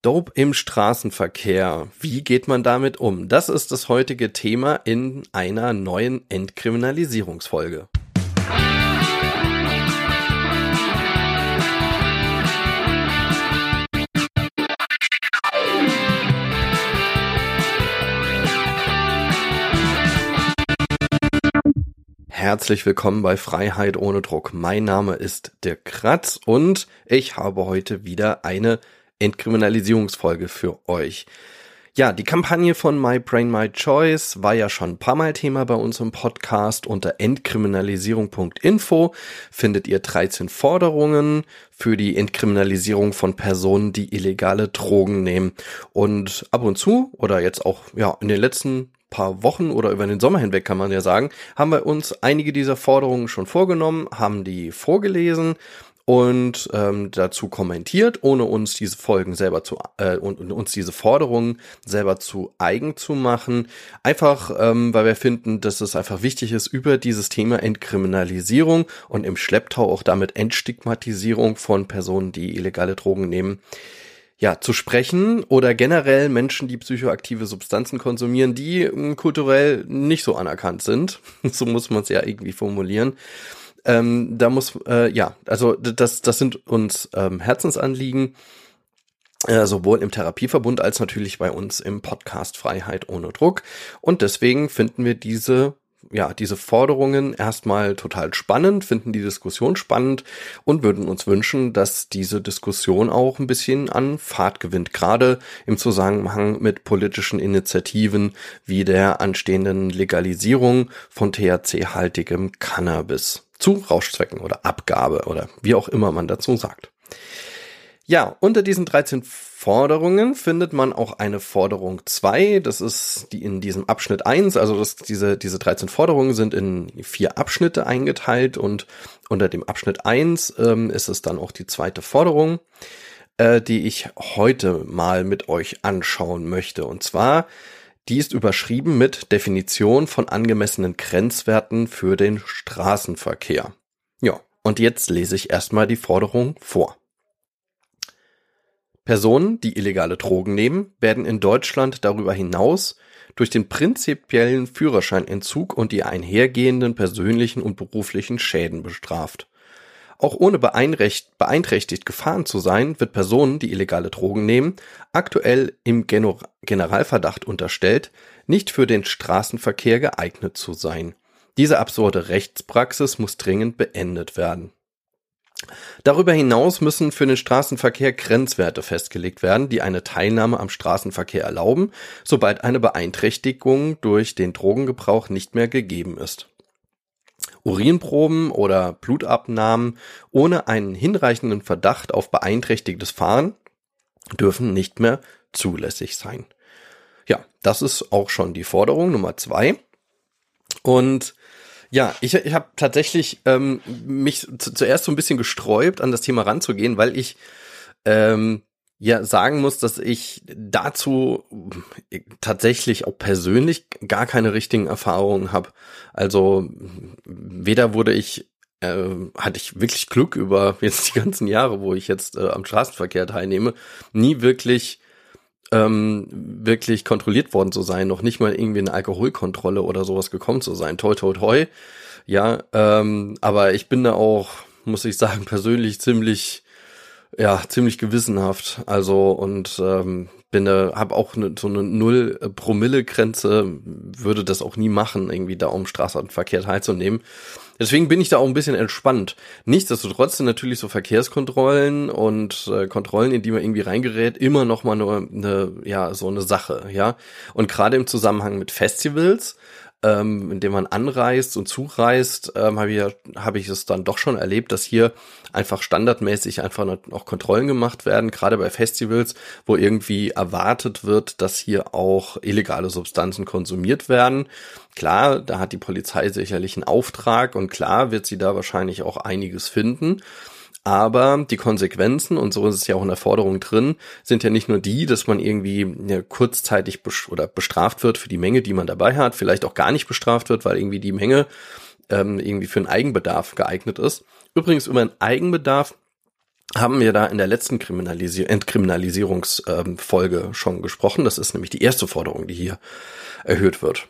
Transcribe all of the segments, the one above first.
Dope im Straßenverkehr. Wie geht man damit um? Das ist das heutige Thema in einer neuen Entkriminalisierungsfolge. Herzlich willkommen bei Freiheit ohne Druck. Mein Name ist Dirk Kratz und ich habe heute wieder eine Entkriminalisierungsfolge für euch. Ja, die Kampagne von My Brain, My Choice war ja schon ein paar Mal Thema bei uns im Podcast. Unter entkriminalisierung.info findet ihr 13 Forderungen für die Entkriminalisierung von Personen, die illegale Drogen nehmen. Und ab und zu oder jetzt auch in den letzten paar Wochen oder über den Sommer hinweg, kann man ja sagen, haben wir uns einige dieser Forderungen schon vorgenommen, haben die vorgelesen und dazu kommentiert, ohne uns diese Folgen selber uns diese Forderungen selber zu eigen zu machen. Einfach, weil wir finden, dass es einfach wichtig ist, über dieses Thema Entkriminalisierung und im Schlepptau auch damit Entstigmatisierung von Personen, die illegale Drogen nehmen, zu sprechen oder generell Menschen, die psychoaktive Substanzen konsumieren, die kulturell nicht so anerkannt sind. So muss man es ja irgendwie formulieren. Das sind uns Herzensanliegen, sowohl im Therapieverbund als natürlich bei uns im Podcast Freiheit ohne Druck. Und deswegen finden wir diese Forderungen erstmal total spannend, finden die Diskussion spannend und würden uns wünschen, dass diese Diskussion auch ein bisschen an Fahrt gewinnt, gerade im Zusammenhang mit politischen Initiativen wie der anstehenden Legalisierung von THC-haltigem Cannabis zu Rauschzwecken oder Abgabe oder wie auch immer man dazu sagt. Ja, unter diesen 13 Forderungen findet man auch eine Forderung 2, das ist die in diesem Abschnitt 1, also diese 13 Forderungen sind in 4 Abschnitte eingeteilt und unter dem Abschnitt 1 ist es dann auch die zweite Forderung, die ich heute mal mit euch anschauen möchte. Und zwar, die ist überschrieben mit Definition von angemessenen Grenzwerten für den Straßenverkehr. Ja, und jetzt lese ich erstmal die Forderung vor. Personen, die illegale Drogen nehmen, werden in Deutschland darüber hinaus durch den prinzipiellen Führerscheinentzug und die einhergehenden persönlichen und beruflichen Schäden bestraft. Auch ohne beeinträchtigt gefahren zu sein, wird Personen, die illegale Drogen nehmen, aktuell im Generalverdacht unterstellt, nicht für den Straßenverkehr geeignet zu sein. Diese absurde Rechtspraxis muss dringend beendet werden. Darüber hinaus müssen für den Straßenverkehr Grenzwerte festgelegt werden, die eine Teilnahme am Straßenverkehr erlauben, sobald eine Beeinträchtigung durch den Drogengebrauch nicht mehr gegeben ist. Urinproben oder Blutabnahmen ohne einen hinreichenden Verdacht auf beeinträchtigtes Fahren dürfen nicht mehr zulässig sein. Ja, das ist auch schon die Forderung Nummer 2. Und ja, ich habe tatsächlich mich zuerst so ein bisschen gesträubt, an das Thema ranzugehen, weil ich sagen muss, dass ich dazu tatsächlich auch persönlich gar keine richtigen Erfahrungen habe. Also weder hatte ich wirklich Glück über jetzt die ganzen Jahre, wo ich jetzt am Straßenverkehr teilnehme, nie wirklich kontrolliert worden zu sein, noch nicht mal irgendwie eine Alkoholkontrolle oder sowas gekommen zu sein. Toi, toi, toi. Ja, aber ich bin da auch, muss ich sagen, persönlich ziemlich gewissenhaft. Also und habe auch so eine 0-Promille-Grenze, würde das auch nie machen, irgendwie da um Straßenverkehr teilzunehmen. Deswegen bin ich da auch ein bisschen entspannt. Nichtsdestotrotz sind natürlich so Verkehrskontrollen und Kontrollen, in die man irgendwie reingerät, immer noch mal so eine Sache, ja. Und gerade im Zusammenhang mit Festivals, in dem man anreist und zureist, habe ich es dann doch schon erlebt, dass hier einfach standardmäßig einfach noch Kontrollen gemacht werden, gerade bei Festivals, wo irgendwie erwartet wird, dass hier auch illegale Substanzen konsumiert werden. Klar, da hat die Polizei sicherlich einen Auftrag und klar wird sie da wahrscheinlich auch einiges finden. Aber die Konsequenzen, und so ist es ja auch in der Forderung drin, sind ja nicht nur die, dass man irgendwie kurzzeitig bestraft wird für die Menge, die man dabei hat, vielleicht auch gar nicht bestraft wird, weil irgendwie die Menge irgendwie für einen Eigenbedarf geeignet ist. Übrigens über einen Eigenbedarf haben wir da in der letzten Entkriminalisierungsfolge schon gesprochen. Das ist nämlich die erste Forderung, die hier erhöht wird.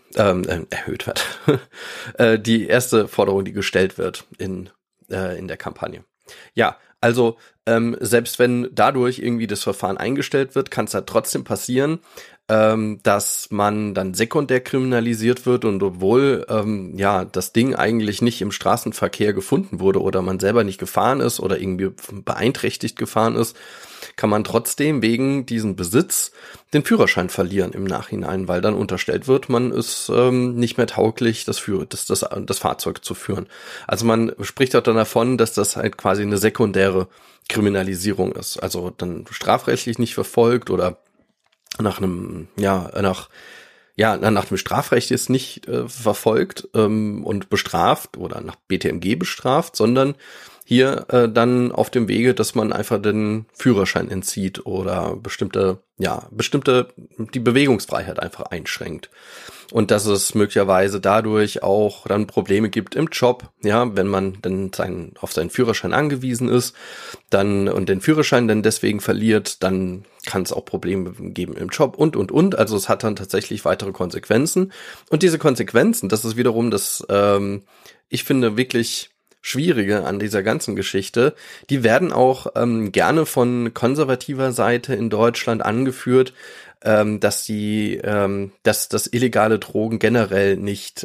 Die erste Forderung, die gestellt wird in der Kampagne. Ja, also selbst wenn dadurch irgendwie das Verfahren eingestellt wird, kann es halt trotzdem passieren, dass man dann sekundär kriminalisiert wird und obwohl das Ding eigentlich nicht im Straßenverkehr gefunden wurde oder man selber nicht gefahren ist oder irgendwie beeinträchtigt gefahren ist, kann man trotzdem wegen diesem Besitz den Führerschein verlieren im Nachhinein, weil dann unterstellt wird, man ist nicht mehr tauglich, das Fahrzeug zu führen. Also man spricht auch dann davon, dass das halt quasi eine sekundäre Kriminalisierung ist. Also dann strafrechtlich nicht verfolgt oder nach dem Strafrecht ist nicht verfolgt und bestraft oder nach BTMG bestraft, sondern hier dann auf dem Wege, dass man einfach den Führerschein entzieht oder bestimmte die Bewegungsfreiheit einfach einschränkt. Und dass es möglicherweise dadurch auch dann Probleme gibt im Job, ja, wenn man dann auf seinen Führerschein angewiesen ist, dann und den Führerschein dann deswegen verliert, dann kann es auch Probleme geben im Job und. Also es hat dann tatsächlich weitere Konsequenzen. Und diese Konsequenzen, das ist wiederum das, ich finde, wirklich Schwierige an dieser ganzen Geschichte, die werden auch gerne von konservativer Seite in Deutschland angeführt, dass das illegale Drogen generell nicht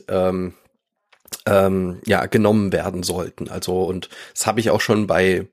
genommen werden sollten. Also und das habe ich auch schon bei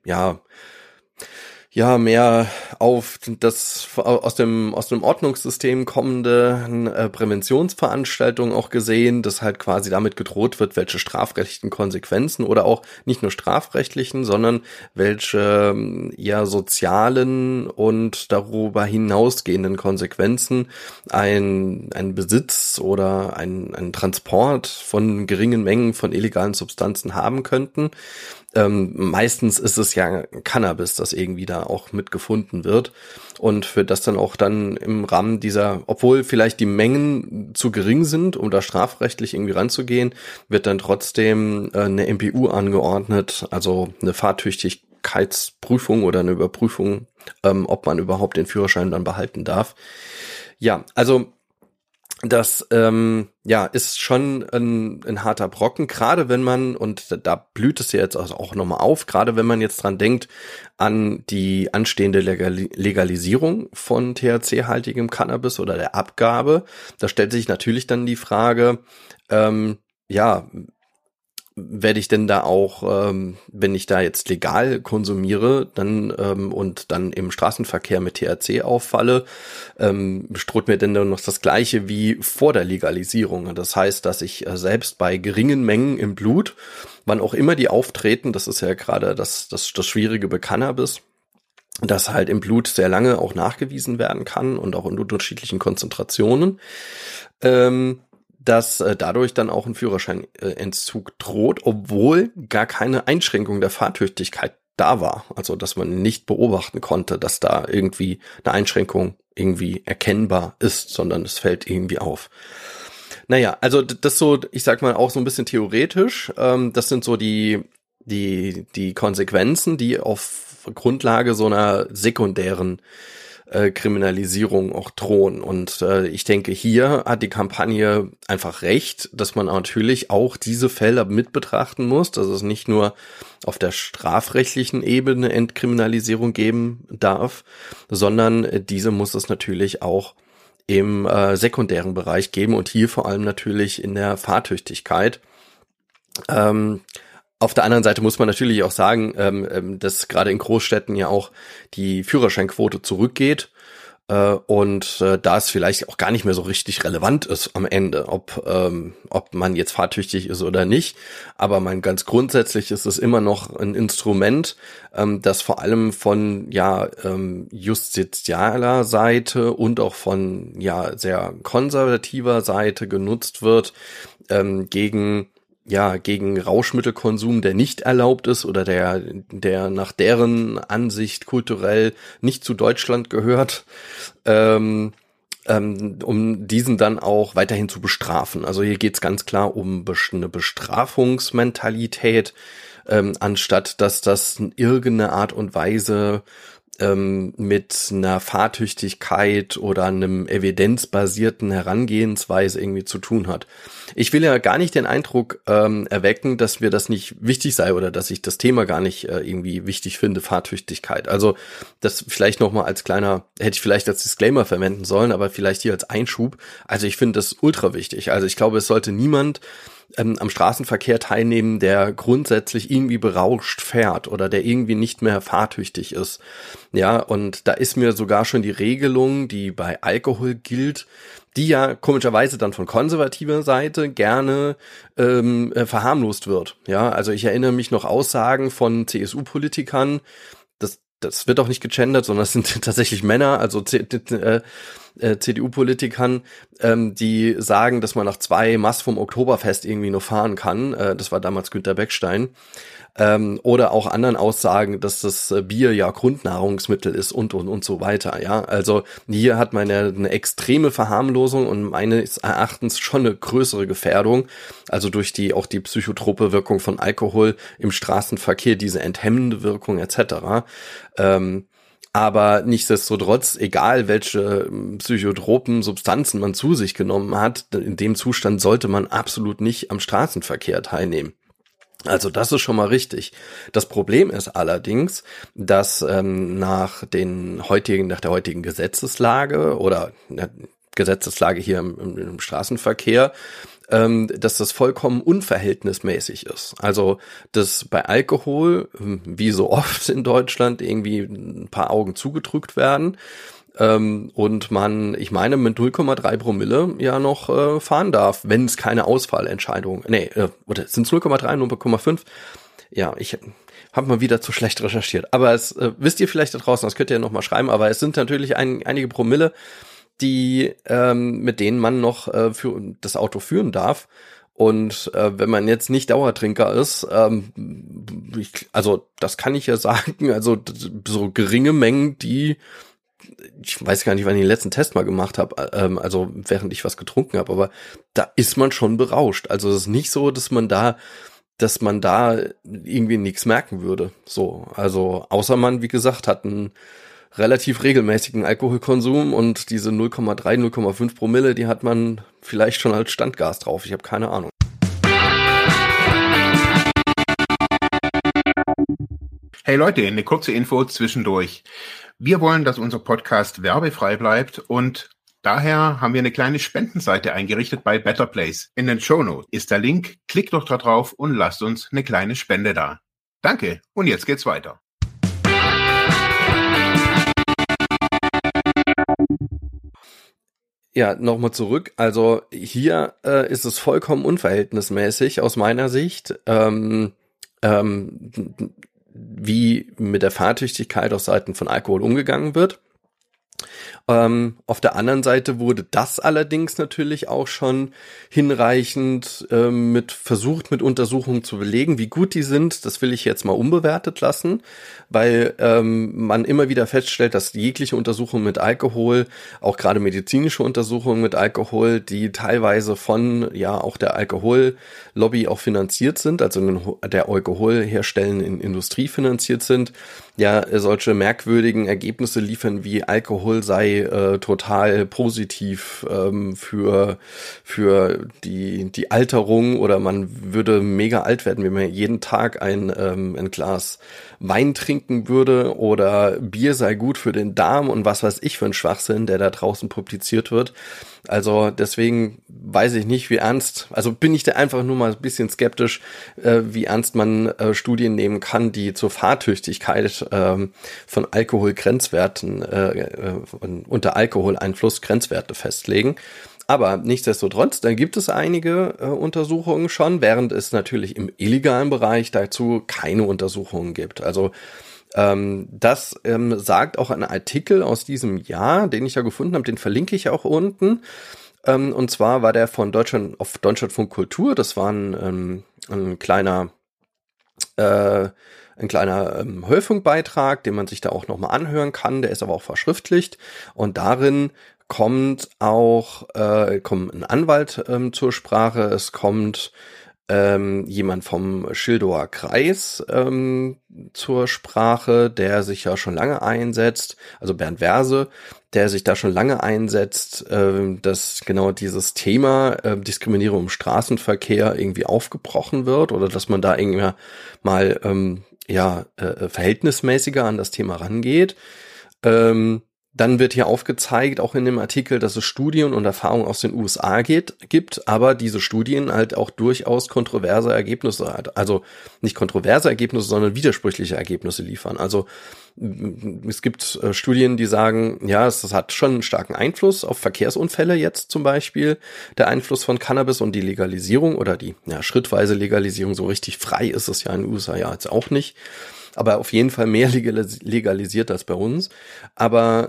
mehr auf das aus dem Ordnungssystem kommende Präventionsveranstaltungen auch gesehen, dass halt quasi damit gedroht wird, welche strafrechtlichen Konsequenzen oder auch nicht nur strafrechtlichen, sondern welche sozialen und darüber hinausgehenden Konsequenzen ein Besitz oder ein Transport von geringen Mengen von illegalen Substanzen haben könnten. Meistens ist es ja Cannabis, das irgendwie da auch mitgefunden wird und für das dann auch dann im Rahmen dieser, obwohl vielleicht die Mengen zu gering sind, um da strafrechtlich irgendwie ranzugehen, wird dann trotzdem eine MPU angeordnet, also eine Fahrtüchtigkeitsprüfung oder eine Überprüfung, ob man überhaupt den Führerschein dann behalten darf. Ja, also das ist schon ein harter Brocken, gerade wenn man, und da blüht es ja jetzt also auch nochmal auf, gerade wenn man jetzt dran denkt an die anstehende Legalisierung von THC-haltigem Cannabis oder der Abgabe, da stellt sich natürlich dann die Frage, werde ich denn da auch, wenn ich da jetzt legal konsumiere, dann und dann im Straßenverkehr mit THC auffalle, droht mir denn dann noch das Gleiche wie vor der Legalisierung. Das heißt, dass ich selbst bei geringen Mengen im Blut, wann auch immer die auftreten, das ist ja gerade das Schwierige bei Cannabis, dass halt im Blut sehr lange auch nachgewiesen werden kann und auch in unterschiedlichen Konzentrationen, dass dadurch dann auch ein Führerscheinentzug droht, obwohl gar keine Einschränkung der Fahrtüchtigkeit da war. Also dass man nicht beobachten konnte, dass da irgendwie eine Einschränkung irgendwie erkennbar ist, sondern es fällt irgendwie auf. Naja, also das so, ich sag mal auch so ein bisschen theoretisch. Das sind so die Konsequenzen, die auf Grundlage so einer sekundären Kriminalisierung auch drohen. Und ich denke, hier hat die Kampagne einfach recht, dass man natürlich auch diese Fälle mit betrachten muss, dass es nicht nur auf der strafrechtlichen Ebene Entkriminalisierung geben darf, sondern diese muss es natürlich auch im sekundären Bereich geben und hier vor allem natürlich in der Fahrtüchtigkeit. Auf der anderen Seite muss man natürlich auch sagen, dass gerade in Großstädten ja auch die Führerscheinquote zurückgeht und da es vielleicht auch gar nicht mehr so richtig relevant ist am Ende, ob man jetzt fahrtüchtig ist oder nicht. Aber ganz grundsätzlich ist es immer noch ein Instrument, das vor allem von justitialer Seite und auch von sehr konservativer Seite genutzt wird gegen Rauschmittelkonsum, der nicht erlaubt ist oder der nach deren Ansicht kulturell nicht zu Deutschland gehört, um diesen dann auch weiterhin zu bestrafen. Also hier geht's ganz klar um eine Bestrafungsmentalität, anstatt dass das in irgendeine Art und Weise mit einer Fahrtüchtigkeit oder einem evidenzbasierten Herangehensweise irgendwie zu tun hat. Ich will ja gar nicht den Eindruck erwecken, dass mir das nicht wichtig sei oder dass ich das Thema gar nicht irgendwie wichtig finde, Fahrtüchtigkeit. Also das vielleicht nochmal als kleiner, hätte ich vielleicht als Disclaimer verwenden sollen, aber vielleicht hier als Einschub. Also ich finde das ultra wichtig. Also ich glaube, es sollte niemand am Straßenverkehr teilnehmen, der grundsätzlich irgendwie berauscht fährt oder der irgendwie nicht mehr fahrtüchtig ist. Ja, und da ist mir sogar schon die Regelung, die bei Alkohol gilt, die ja komischerweise dann von konservativer Seite gerne verharmlost wird. Ja, also ich erinnere mich noch Aussagen von CSU-Politikern, das wird auch nicht gegendert, sondern es sind tatsächlich Männer, also CDU-Politikern, die sagen, dass man nach 2 Mass vom Oktoberfest irgendwie nur fahren kann. Das war damals Günter Beckstein. Oder auch anderen Aussagen, dass das Bier ja Grundnahrungsmittel ist und so weiter. Ja, also hier hat man ja eine extreme Verharmlosung und meines Erachtens schon eine größere Gefährdung. Also durch auch die psychotrope Wirkung von Alkohol im Straßenverkehr, diese enthemmende Wirkung etc. Aber nichtsdestotrotz, egal welche psychotropen Substanzen man zu sich genommen hat, in dem Zustand sollte man absolut nicht am Straßenverkehr teilnehmen. Also das ist schon mal richtig. Das Problem ist allerdings, dass nach der heutigen Gesetzeslage oder Gesetzeslage hier im Straßenverkehr, dass das vollkommen unverhältnismäßig ist. Also, dass bei Alkohol, wie so oft in Deutschland, irgendwie ein paar Augen zugedrückt werden und man, ich meine, mit 0,3 Promille ja noch fahren darf, wenn es keine Ausfallentscheidung, oder sind es 0,3, 0,5? Ja, ich habe mal wieder zu schlecht recherchiert. Aber es wisst ihr vielleicht da draußen, das könnt ihr ja noch mal schreiben, aber es sind natürlich einige Promille, die mit denen man noch für das Auto führen darf. Und wenn man jetzt nicht Dauertrinker ist, also das kann ich ja sagen, also so geringe Mengen, ich weiß gar nicht, wann ich den letzten Test mal gemacht habe, also während ich was getrunken habe, aber da ist man schon berauscht. Also es ist nicht so, dass man da irgendwie nichts merken würde. So, also außer man, wie gesagt, hat einen relativ regelmäßigen Alkoholkonsum und diese 0,3, 0,5 Promille, die hat man vielleicht schon als Standgas drauf. Ich habe keine Ahnung. Hey Leute, eine kurze Info zwischendurch. Wir wollen, dass unser Podcast werbefrei bleibt und daher haben wir eine kleine Spendenseite eingerichtet bei Better Place. In den Shownotes ist der Link, klickt doch da drauf und lasst uns eine kleine Spende da. Danke und jetzt geht's weiter. Ja, nochmal zurück. Also hier ist es vollkommen unverhältnismäßig aus meiner Sicht, wie mit der Fahrtüchtigkeit auf Seiten von Alkohol umgegangen wird. Auf der anderen Seite wurde das allerdings natürlich auch schon hinreichend versucht mit Untersuchungen zu belegen. Wie gut die sind, das will ich jetzt mal unbewertet lassen, weil man immer wieder feststellt, dass jegliche Untersuchungen mit Alkohol, auch gerade medizinische Untersuchungen mit Alkohol, die teilweise von auch der Alkohollobby auch finanziert sind, also der alkoholherstellenden Industrie finanziert sind, solche merkwürdigen Ergebnisse liefern, wie Alkohol sei total positiv für die Alterung oder man würde mega alt werden, wenn man jeden Tag ein Glas Wein trinken würde oder Bier sei gut für den Darm und was weiß ich für ein Schwachsinn, der da draußen publiziert wird. Also deswegen weiß ich nicht, wie ernst, also bin ich da einfach nur mal ein bisschen skeptisch, wie ernst man Studien nehmen kann, die zur Fahrtüchtigkeit von Alkoholgrenzwerten, unter Alkoholeinfluss Grenzwerte festlegen. Aber nichtsdestotrotz, da gibt es einige Untersuchungen schon, während es natürlich im illegalen Bereich dazu keine Untersuchungen gibt. Also das sagt auch ein Artikel aus diesem Jahr, den ich ja gefunden habe, den verlinke ich auch unten. Und zwar war der von auf Deutschlandfunk Kultur. Das war ein kleiner Hörfunkbeitrag, den man sich da auch nochmal anhören kann. Der ist aber auch verschriftlicht. Und darin kommt ein Anwalt zur Sprache. Es kommt jemand vom Schildower Kreis zur Sprache, der sich ja schon lange einsetzt, also Bernd Werse, der sich da schon lange einsetzt, dass genau dieses Thema Diskriminierung im Straßenverkehr irgendwie aufgebrochen wird oder dass man da irgendwie mal verhältnismäßiger an das Thema rangeht. Dann wird hier aufgezeigt, auch in dem Artikel, dass es Studien und Erfahrungen aus den USA gibt, aber diese Studien halt auch durchaus kontroverse Ergebnisse hat. Also nicht kontroverse Ergebnisse, sondern widersprüchliche Ergebnisse liefern. Also es gibt Studien, die sagen, ja, es hat schon einen starken Einfluss auf Verkehrsunfälle jetzt zum Beispiel, der Einfluss von Cannabis und die Legalisierung oder die schrittweise Legalisierung. So richtig frei ist es ja in den USA ja jetzt auch nicht. Aber auf jeden Fall mehr legalisiert als bei uns. Aber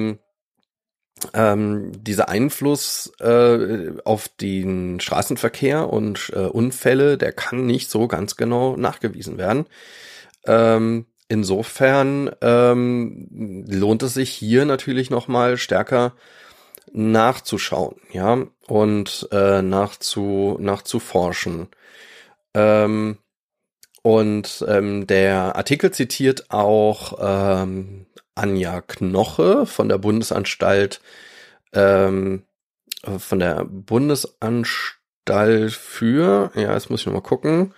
dieser Einfluss auf den Straßenverkehr und Unfälle, der kann nicht so ganz genau nachgewiesen werden. Insofern lohnt es sich hier natürlich nochmal stärker nachzuschauen, ja, und nachzuforschen. Der Artikel zitiert auch Anja Knoche von der Bundesanstalt für, jetzt muss ich nochmal gucken,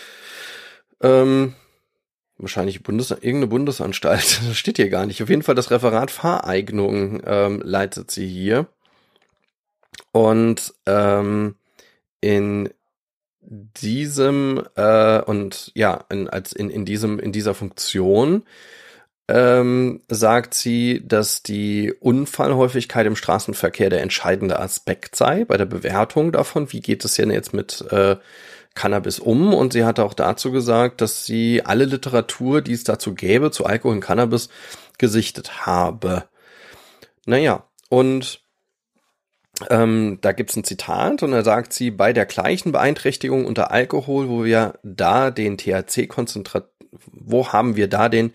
wahrscheinlich irgendeine Bundesanstalt, das steht hier gar nicht. Auf jeden Fall das Referat Fahreignung leitet sie hier. Und in dieser Funktion sagt sie, dass die Unfallhäufigkeit im Straßenverkehr der entscheidende Aspekt sei bei der Bewertung davon, wie geht es denn jetzt mit Cannabis um, und sie hat auch dazu gesagt, dass sie alle Literatur, die es dazu gäbe, zu Alkohol und Cannabis gesichtet habe. Und da gibt's ein Zitat und da sagt sie, bei der gleichen Beeinträchtigung unter Alkohol, wo haben wir da den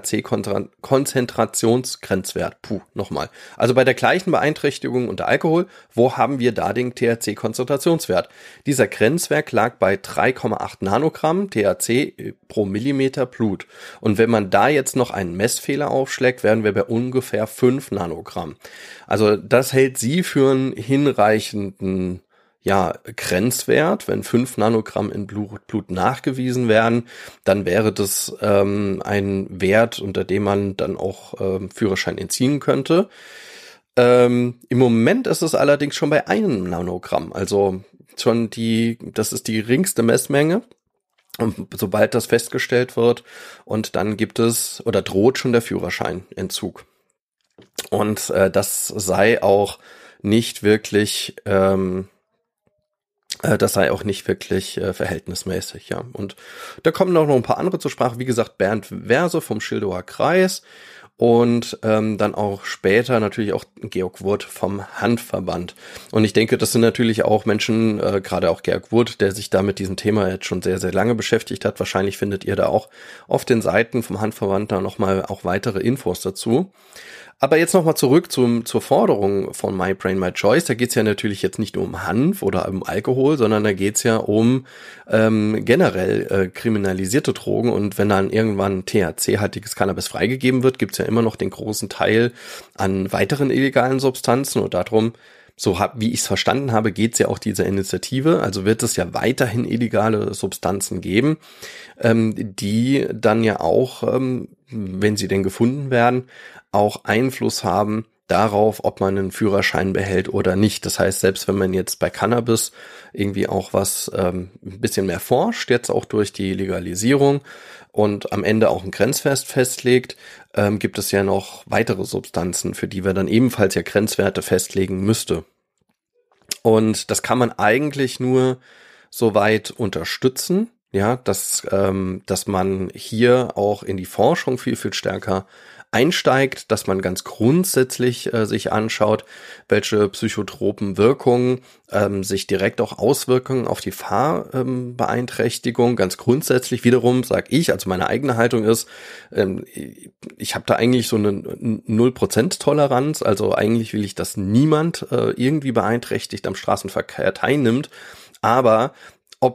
THC-Konzentrationsgrenzwert? Also bei der gleichen Beeinträchtigung unter Alkohol, wo haben wir da den THC-Konzentrationswert? Dieser Grenzwert lag bei 3,8 Nanogramm THC pro Millimeter Blut. Und wenn man da jetzt noch einen Messfehler aufschlägt, wären wir bei ungefähr 5 Nanogramm. Also das hält sie für einen hinreichenden Grenzwert. Wenn 5 Nanogramm in Blut nachgewiesen werden, dann wäre das ein Wert, unter dem man dann auch Führerschein entziehen könnte. Im Moment ist es allerdings schon bei 1 Nanogramm, also das ist die geringste Messmenge. Und sobald das festgestellt wird, und dann droht schon der Führerscheinentzug. Und das sei auch nicht wirklich verhältnismäßig, ja. Und da kommen noch ein paar andere zur Sprache. Wie gesagt, Bernd Werse vom Schildower Kreis und dann auch später natürlich auch Georg Wurth vom Handverband. Und ich denke, das sind natürlich auch Menschen, gerade auch Georg Wurth, der sich da mit diesem Thema jetzt schon sehr, sehr lange beschäftigt hat. Wahrscheinlich findet ihr da auch auf den Seiten vom Handverband da nochmal auch weitere Infos dazu. Aber jetzt nochmal zurück zur Forderung von My Brain, My Choice. Da geht's ja natürlich jetzt nicht nur um Hanf oder um Alkohol, sondern da geht's ja um generell kriminalisierte Drogen. Und wenn dann irgendwann THC-haltiges Cannabis freigegeben wird, gibt's ja immer noch den großen Teil an weiteren illegalen Substanzen. Und darum, wie ich es verstanden habe, geht's ja auch dieser Initiative. Also wird es ja weiterhin illegale Substanzen geben, die dann ja auch, wenn sie denn gefunden werden, auch Einfluss haben darauf, ob man einen Führerschein behält oder nicht. Das heißt, selbst wenn man jetzt bei Cannabis irgendwie auch was ein bisschen mehr forscht, jetzt auch durch die Legalisierung und am Ende auch ein Grenzwert festlegt, gibt es ja noch weitere Substanzen, für die wir dann ebenfalls ja Grenzwerte festlegen müsste. Und das kann man eigentlich nur so weit unterstützen, ja, dass man hier auch in die Forschung viel, viel stärker einsteigt, dass man ganz grundsätzlich sich anschaut, welche psychotropen Wirkungen sich direkt auch auswirken auf die Fahrbeeinträchtigung. Ganz grundsätzlich wiederum sage ich, also meine eigene Haltung ist, ich habe da eigentlich so eine 0% Toleranz, also eigentlich will ich, dass niemand irgendwie beeinträchtigt am Straßenverkehr teilnimmt, aber ob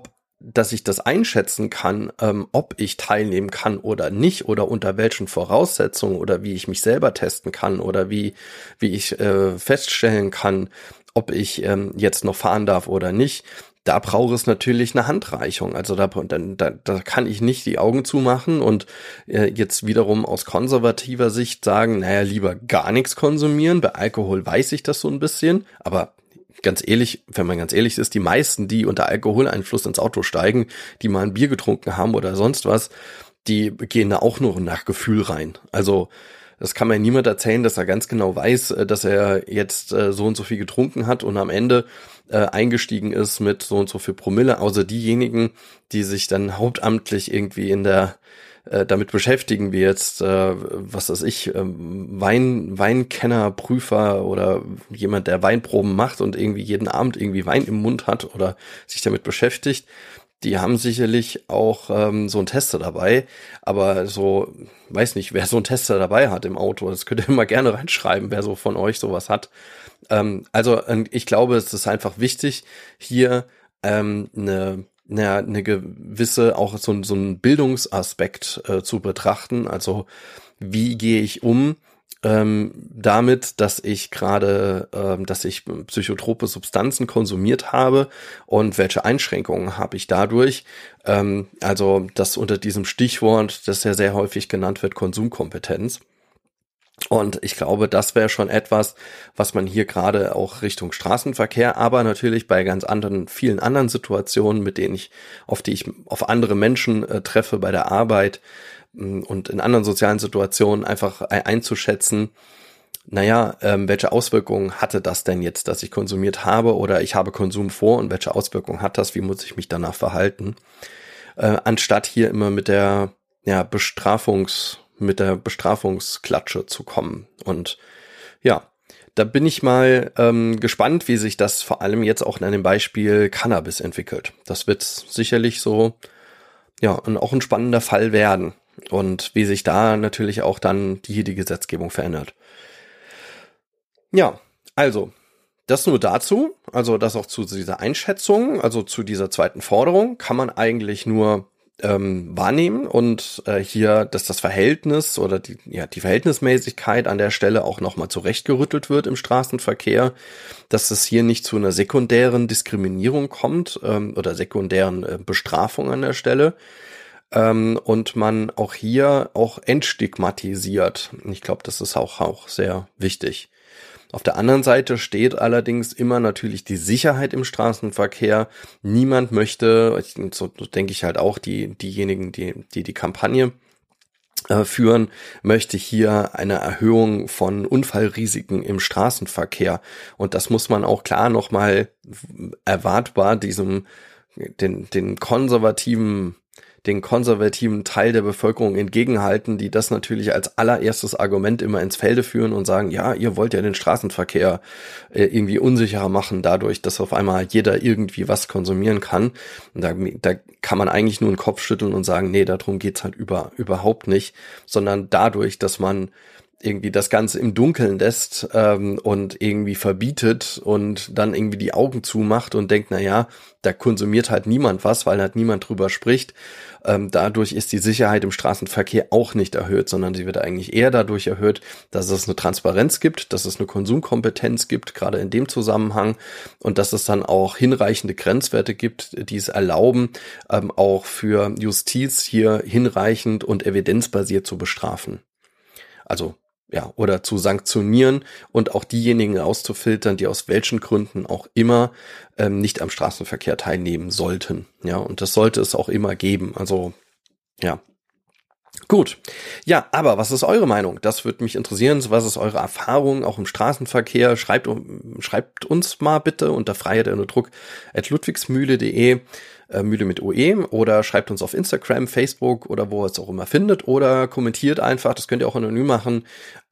dass ich das einschätzen kann, ob ich teilnehmen kann oder nicht oder unter welchen Voraussetzungen oder wie ich mich selber testen kann oder wie ich feststellen kann, ob ich jetzt noch fahren darf oder nicht. Da braucht es natürlich eine Handreichung. Also da kann ich nicht die Augen zumachen und jetzt wiederum aus konservativer Sicht sagen, naja, lieber gar nichts konsumieren. Bei Alkohol weiß ich das so ein bisschen, aber ganz ehrlich, wenn man ganz ehrlich ist, die meisten, die unter Alkoholeinfluss ins Auto steigen, die mal ein Bier getrunken haben oder sonst was, die gehen da auch nur nach Gefühl rein. Also das kann mir niemand erzählen, dass er ganz genau weiß, dass er jetzt so und so viel getrunken hat und am Ende eingestiegen ist mit so und so viel Promille, außer diejenigen, die sich dann hauptamtlich irgendwie in der damit beschäftigen, wie jetzt, was weiß ich, Weinkenner, Prüfer oder jemand, der Weinproben macht und irgendwie jeden Abend irgendwie Wein im Mund hat oder sich damit beschäftigt. Die haben sicherlich auch so einen Tester dabei, aber so, weiß nicht, wer so einen Tester dabei hat im Auto, das könnt ihr immer gerne reinschreiben, wer so von euch sowas hat. Also ich glaube, es ist einfach wichtig, hier eine gewisse, auch so einen Bildungsaspekt zu betrachten. Also wie gehe ich um damit, dass ich psychotrope Substanzen konsumiert habe und welche Einschränkungen habe ich dadurch. Also das unter diesem Stichwort, das ja sehr häufig genannt wird, Konsumkompetenz. Und ich glaube, das wäre schon etwas, was man hier gerade auch Richtung Straßenverkehr, aber natürlich bei ganz vielen anderen Situationen, auf die ich auf andere Menschen treffe bei der Arbeit und in anderen sozialen Situationen einfach einzuschätzen, naja, welche Auswirkungen hatte das denn jetzt, dass ich konsumiert habe oder ich habe Konsum vor und welche Auswirkungen hat das, wie muss ich mich danach verhalten, anstatt hier immer mit der Bestrafungsklatsche zu kommen. Und ja, da bin ich mal gespannt, wie sich das vor allem jetzt auch in dem Beispiel Cannabis entwickelt. Das wird sicherlich so, ja, und auch ein spannender Fall werden. Und wie sich da natürlich auch dann die Gesetzgebung verändert. Ja, also, das nur dazu, also das auch zu dieser Einschätzung, also zu dieser zweiten Forderung, kann man eigentlich nur wahrnehmen und hier, dass das Verhältnis oder die Verhältnismäßigkeit an der Stelle auch nochmal zurechtgerüttelt wird im Straßenverkehr, dass es hier nicht zu einer sekundären Diskriminierung kommt oder sekundären Bestrafung an der Stelle und man auch hier auch entstigmatisiert. Ich glaube, das ist auch sehr wichtig. Auf der anderen Seite steht allerdings immer natürlich die Sicherheit im Straßenverkehr. Niemand möchte, so denke ich halt auch, diejenigen, die Kampagne führen, möchte hier eine Erhöhung von Unfallrisiken im Straßenverkehr. Und das muss man auch klar nochmal erwartbar den konservativen Teil der Bevölkerung entgegenhalten, die das natürlich als allererstes Argument immer ins Felde führen und sagen, ja, ihr wollt ja den Straßenverkehr irgendwie unsicherer machen, dadurch, dass auf einmal jeder irgendwie was konsumieren kann. Und da kann man eigentlich nur den Kopf schütteln und sagen, nee, darum geht's halt überhaupt nicht, sondern dadurch, dass man irgendwie das Ganze im Dunkeln lässt und irgendwie verbietet und dann irgendwie die Augen zumacht und denkt, naja, da konsumiert halt niemand was, weil halt niemand drüber spricht. Dadurch ist die Sicherheit im Straßenverkehr auch nicht erhöht, sondern sie wird eigentlich eher dadurch erhöht, dass es eine Transparenz gibt, dass es eine Konsumkompetenz gibt, gerade in dem Zusammenhang, und dass es dann auch hinreichende Grenzwerte gibt, die es erlauben, auch für Justiz hier hinreichend und evidenzbasiert zu bestrafen. Also ja, oder zu sanktionieren und auch diejenigen auszufiltern, die aus welchen Gründen auch immer nicht am Straßenverkehr teilnehmen sollten. Ja, und das sollte es auch immer geben. Also, ja. Gut. Ja, aber was ist eure Meinung? Das würde mich interessieren. Was ist eure Erfahrung auch im Straßenverkehr? Schreibt uns mal bitte unter freiheit-druck@ludwigsmühle.de, Mühle mit OE, oder schreibt uns auf Instagram, Facebook oder wo ihr es auch immer findet, oder kommentiert einfach, das könnt ihr auch anonym machen,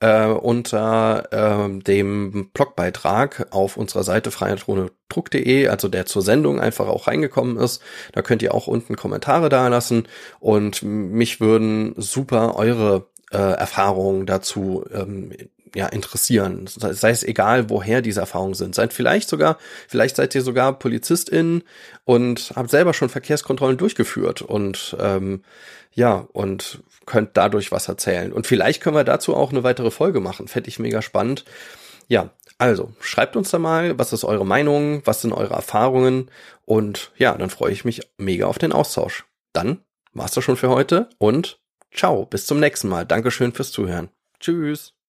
unter dem Blogbeitrag auf unserer Seite freiheit-druck.de, also der zur Sendung einfach auch reingekommen ist. Da könnt ihr auch unten Kommentare dalassen und mich würden super eure Erfahrungen dazu interessieren. Sei es egal, woher diese Erfahrungen sind. Vielleicht seid ihr sogar PolizistInnen und habt selber schon Verkehrskontrollen durchgeführt und und könnt dadurch was erzählen. Und vielleicht können wir dazu auch eine weitere Folge machen. Fände ich mega spannend. Ja, also schreibt uns da mal, was ist eure Meinung, was sind eure Erfahrungen und ja, dann freue ich mich mega auf den Austausch. Dann war's das schon für heute und ciao, bis zum nächsten Mal. Dankeschön fürs Zuhören. Tschüss.